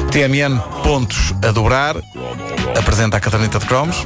TMN, pontos a dobrar. Apresenta a caderneta de cromos.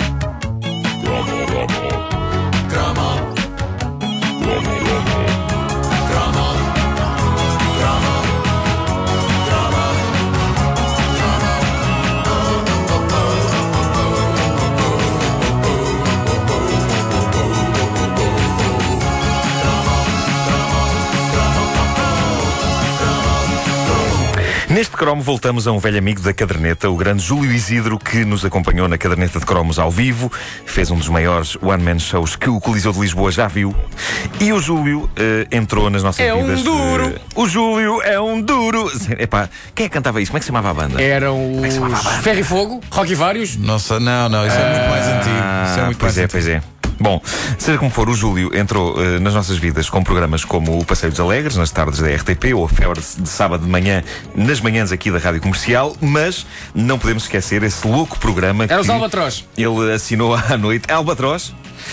Neste cromo voltamos a um velho amigo da caderneta, o grande Júlio Isidro, que nos acompanhou na caderneta de cromos ao vivo, fez um dos maiores one-man shows que o Coliseu de Lisboa já viu. E o Júlio entrou nas nossas vidas. É um duro! O Júlio é um duro! Epá, quem é que cantava isso? Como é que se chamava a banda? Eram os Ferro e Fogo, Rock e Vários. Nossa, não, isso é muito mais antigo. Isso é muito mais antigo. Pois é. Bom, seja como for, o Júlio entrou nas nossas vidas com programas como o Passeio dos Alegres, nas tardes da RTP, ou a Febre de sábado de manhã, nas manhãs aqui da Rádio Comercial, mas não podemos esquecer esse louco programa Era os Albatroz. Ele assinou à noite. Albatroz?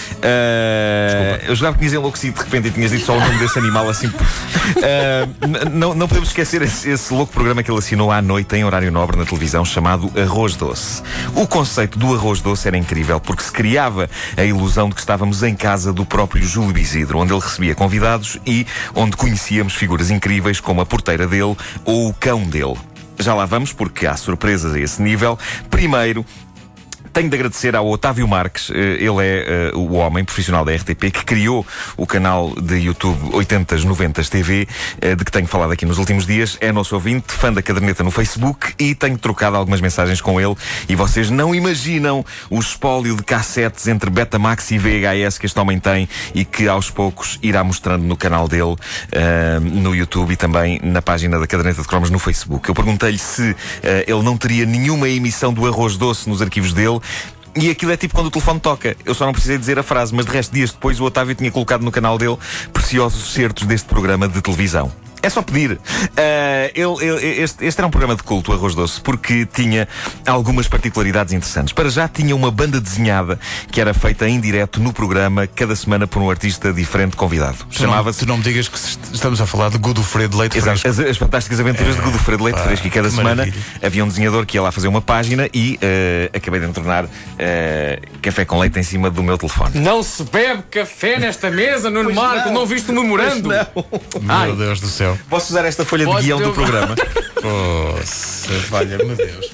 Eu jogava que tinhas enlouquecido de repente e tinhas dito só o nome desse animal assim. Não podemos esquecer esse louco programa que ele assinou à noite em horário nobre na televisão, chamado Arroz Doce. O conceito do Arroz Doce era incrível porque se criava a ilusão de que estávamos em casa do próprio Júlio Isidro, onde ele recebia convidados e onde conhecíamos figuras incríveis como a porteira dele ou o cão dele. Já lá vamos, porque há surpresas a esse nível. Primeiro, tenho de agradecer ao Otávio Marques, ele é o homem profissional da RTP que criou o canal de YouTube 80s 90s TV, de que tenho falado aqui nos últimos dias. É nosso ouvinte, fã da caderneta no Facebook, e tenho trocado algumas mensagens com ele, e vocês não imaginam o espólio de cassetes entre Betamax e VHS que este homem tem e que aos poucos irá mostrando no canal dele, no YouTube e também na página da caderneta de cromos no Facebook. Eu perguntei-lhe se ele não teria nenhuma emissão do Arroz Doce nos arquivos dele. E aquilo é tipo quando o telefone toca. Eu só não precisei dizer a frase, mas de resto, dias depois, o Otávio tinha colocado no canal dele preciosos certos deste programa de televisão. É só pedir. Este era um programa de culto, Arroz Doce, porque tinha algumas particularidades interessantes. Para já, tinha uma banda desenhada que era feita em direto no programa, cada semana por um artista diferente convidado. Chamava-se... Tu não me digas que estamos a falar de Godofredo Leite Fresco. As fantásticas aventuras de Godofredo Leite Fresco. E cada semana havia um desenhador que ia lá fazer uma página e acabei de entornar café com leite em cima do meu telefone. Não se bebe café nesta mesa, Nuno Marco. Não viste o memorando? Meu Deus do céu. Posso usar esta folha de guião do programa? Poxa, valha-me Deus.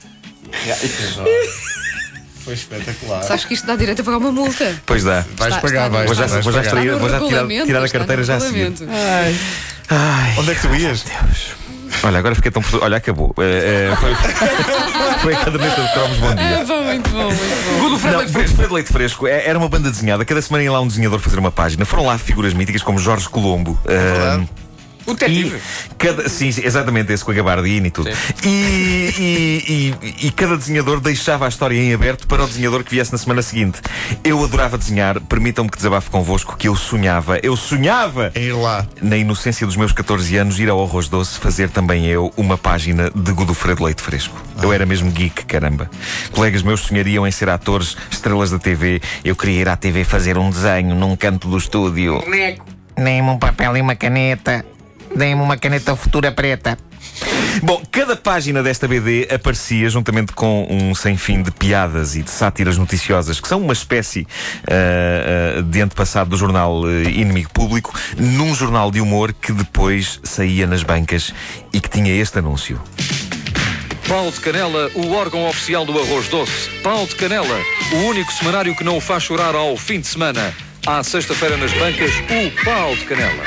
Foi espetacular. Sabes que isto dá direito a pagar uma multa? Pois dá. Vais pagar, vais. Vou já tirar a carteira já a seguir. Ai, onde é que tu ias? Deus. Olha, agora fiquei tão... Olha, acabou. Foi a caderneta de cromos, bom dia. Muito bom. Godofredo Leite Fresco era uma banda desenhada. Cada semana ia lá um desenhador fazer uma página. Foram lá figuras míticas como Jorge Colombo. O detetive. Sim, exatamente, esse com a gabardina e tudo. E cada desenhador deixava a história em aberto para o desenhador que viesse na semana seguinte. Eu adorava desenhar. Permitam-me que desabafe convosco que eu sonhava em ir lá, na inocência dos meus 14 anos, ir ao Arroz Doce fazer também eu uma página de Godofredo Leite Fresco. Eu era mesmo geek, caramba. Colegas meus sonhariam em ser atores, estrelas da TV. Eu queria ir à TV fazer um desenho num canto do estúdio. Dê-me um papel e uma caneta. Dê-me uma caneta futura preta. Bom, cada página desta BD aparecia juntamente com um sem fim de piadas e de sátiras noticiosas, que são uma espécie de antepassado do jornal Inimigo Público, num jornal de humor que depois saía nas bancas e que tinha este anúncio. Pau de Canela, o órgão oficial do Arroz Doce. Pau de Canela, o único semanário que não o faz chorar ao fim de semana. À sexta-feira nas bancas, o Pau de Canela.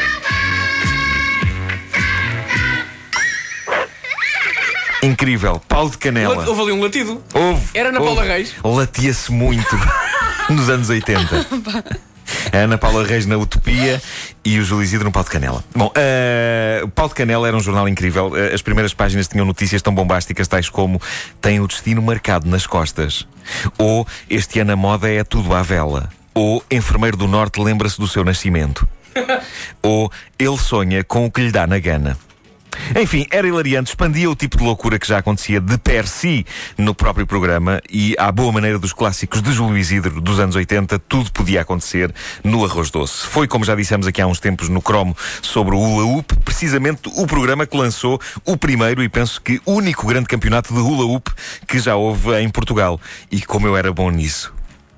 Incrível, Pau de Canela. Houve ali um latido. Era Ana Paula Reis. Latia-se muito nos anos 80. A Ana Paula Reis na Utopia e o Júlio Isidro no Pau de Canela. Bom, o Pau de Canela era um jornal incrível. As primeiras páginas tinham notícias tão bombásticas, tais como: tem o destino marcado nas costas, ou este ano a moda é tudo à vela, ou enfermeiro do Norte lembra-se do seu nascimento, ou ele sonha com o que lhe dá na gana. Enfim, era hilariante, expandia o tipo de loucura que já acontecia de per si no próprio programa e, à boa maneira dos clássicos de Júlio Isidro dos anos 80, tudo podia acontecer no Arroz Doce. Foi, como já dissemos aqui há uns tempos no Cromo sobre o Hula Hoop, precisamente o programa que lançou o primeiro e penso que único grande campeonato de Hula Hoop que já houve em Portugal. E como eu era bom nisso.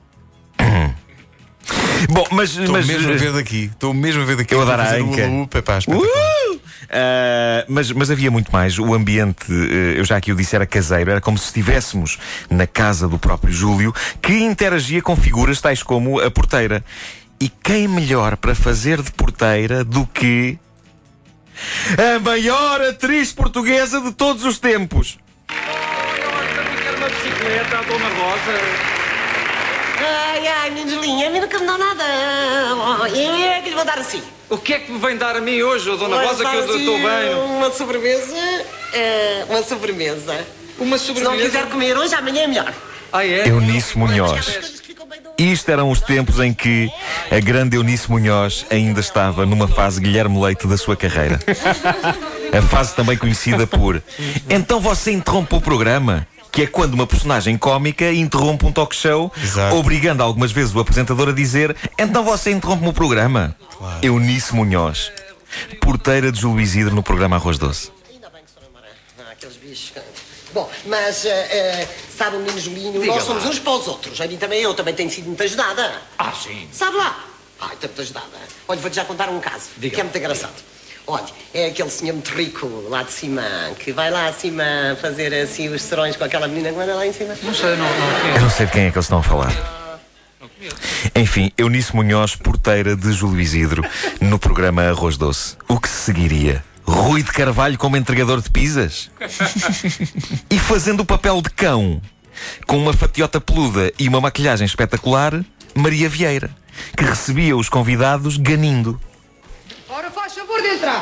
Bom, mas Estou mesmo a ver daqui. Estou mesmo a ver daqui. Eu a dar a fazer anca. Hula Hoop, epá, espetacular. Mas havia muito mais. O ambiente, eu já aqui o disse, era caseiro. Era como se estivéssemos na casa do próprio Júlio, que interagia com figuras tais como a porteira. E quem melhor para fazer de porteira do que a maior atriz portuguesa de todos os tempos? Quero uma bicicleta, a Dona Rosa. Ai, minha Angelinha, a mim nunca me dá nada. Eu é que lhe vou dar assim. O que é que me vem dar a mim hoje, Dona Rosa, que eu estou bem? Uma sobremesa. Uma sobremesa. Uma Se sobremesa. não quiser comer hoje, amanhã é melhor. Ah, é? Eunice Munhoz. Isto eram os tempos em que a grande Eunice Munhoz ainda estava numa fase Guilherme Leite da sua carreira. A fase também conhecida por "Então você interrompe o programa?", que é quando uma personagem cómica interrompe um talk show, Exato. obrigando algumas vezes o apresentador a dizer "Então você interrompe-me o programa?". Claro. Eunice Munhoz, porteira de Júlio Isidro no programa Arroz Doce. Ainda bem que foram embora aqueles bichos. Bom, mas sabe o menino Julinho, Diga nós somos lá. uns para os outros. A mim também, eu também tenho sido muito ajudada. Ah, sim. Sabe lá? Ai, estou muito ajudada. Olha, vou-te já contar um caso, Diga. que é muito engraçado. Olha, é aquele senhor muito rico lá de cima, que vai lá acima fazer assim os serões com aquela menina que anda lá em cima. Não sei, não Eu não sei de quem é que eles estão a falar. Enfim, Eunice Munhoz, porteira de Júlio Isidro no programa Arroz Doce. O que se seguiria? Rui de Carvalho como entregador de pizzas? E fazendo o papel de cão, com uma fatiota peluda e uma maquilhagem espetacular, Maria Vieira, que recebia os convidados ganindo. Ora, faz favor de entrar.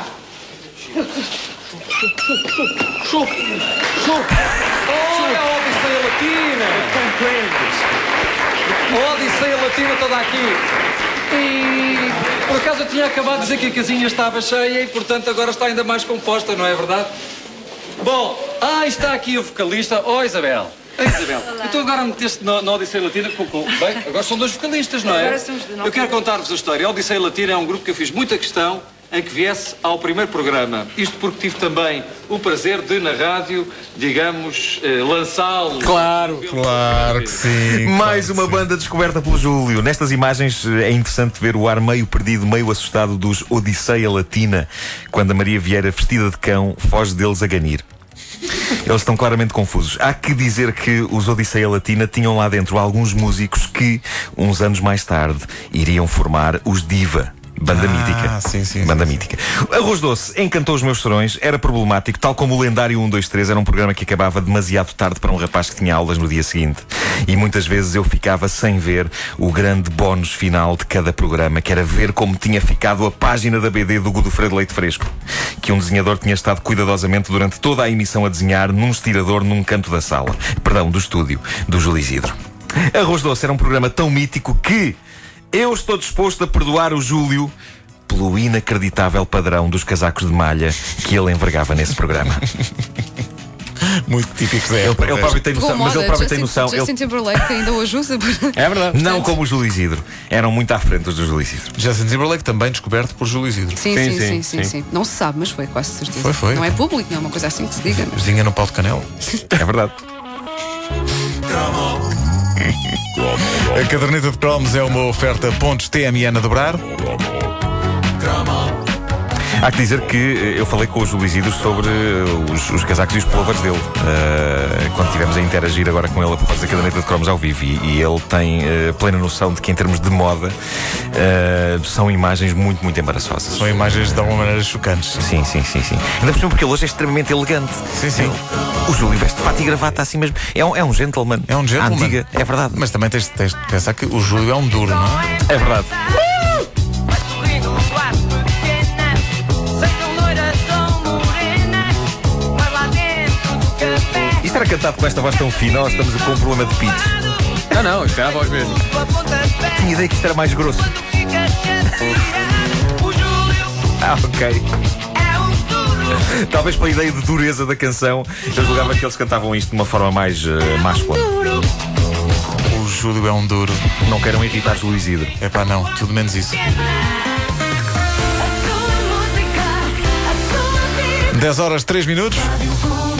Olha a Odisseia Latina! A Odisseia Latina toda aqui. E por acaso eu tinha acabado de dizer que a casinha estava cheia e portanto agora está ainda mais composta, não é verdade? Bom, está aqui o vocalista. Oh, Isabel. Isabel, então agora meteste na Odisseia Latina bem, agora são dois vocalistas, não é? Agora somos de novo. Eu quero contar-vos a história. A Odisseia Latina é um grupo que eu fiz muita questão em que viesse ao primeiro programa. Isto porque tive também o prazer de, na rádio, digamos, lançá-lo. Claro que sim. Mais uma banda descoberta pelo Júlio. Nestas imagens é interessante ver o ar meio perdido, meio assustado dos Odisseia Latina, quando a Maria Vieira, vestida de cão, foge deles a ganir. Eles estão claramente confusos. Há que dizer que os Odisseia Latina tinham lá dentro alguns músicos que, uns anos mais tarde, iriam formar os Diva. Banda mítica. Sim, Banda sim. mítica. Arroz Doce encantou os meus serões, era problemático, tal como o lendário 1, 2, 3 era um programa que acabava demasiado tarde para um rapaz que tinha aulas no dia seguinte. E muitas vezes eu ficava sem ver o grande bónus final de cada programa, que era ver como tinha ficado a página da BD do Godofredo Leite Fresco, que um desenhador tinha estado cuidadosamente durante toda a emissão a desenhar num estirador num canto da sala. Perdão, do estúdio, do Júlio Isidro. Arroz Doce era um programa tão mítico que eu estou disposto a perdoar o Júlio pelo inacreditável padrão dos casacos de malha que ele envergava nesse programa. Muito típicos da Ele época. próprio tem noção, mas ele próprio tem noção. Justin Timberlake ainda hoje usa. É verdade. Não como o Júlio Isidro. Eram muito à frente os do Júlio Isidro. Justin Timberlake também descoberto por Júlio Isidro. Sim. Não se sabe, mas foi quase certeza. Foi. Não é público, não é uma coisa assim que se diga. Mas... Vinha no pau de canela. É verdade. A caderneta de cromos é uma oferta pontos TMN a dobrar. Há que dizer que eu falei com o Júlio Isidro sobre os casacos e os pullovers dele quando estivemos a interagir agora com ele a propósito da caderneta de cromos ao vivo e ele tem plena noção de que em termos de moda são imagens muito, muito embaraçosas. São imagens de alguma maneira chocantes. Sim. Ainda por cima porque ele hoje é extremamente elegante. Sim. O Júlio veste fato e gravata assim mesmo. É um gentleman. É um gentleman. À antiga, é verdade. Mas também tens de pensar que o Júlio é um duro, não é? É verdade. Isto era cantado com esta voz tão fina ou estamos com um problema de pitch? Não, isto é a voz mesmo. Tinha ideia que isto era mais grosso. Ok. É um duro Talvez pela ideia de dureza da canção, eu julgava que eles cantavam isto de uma forma mais máscula. O Júlio é um duro. Não queiram irritar o Isidro. Epá, não, tudo menos isso. 10 horas 3 minutos.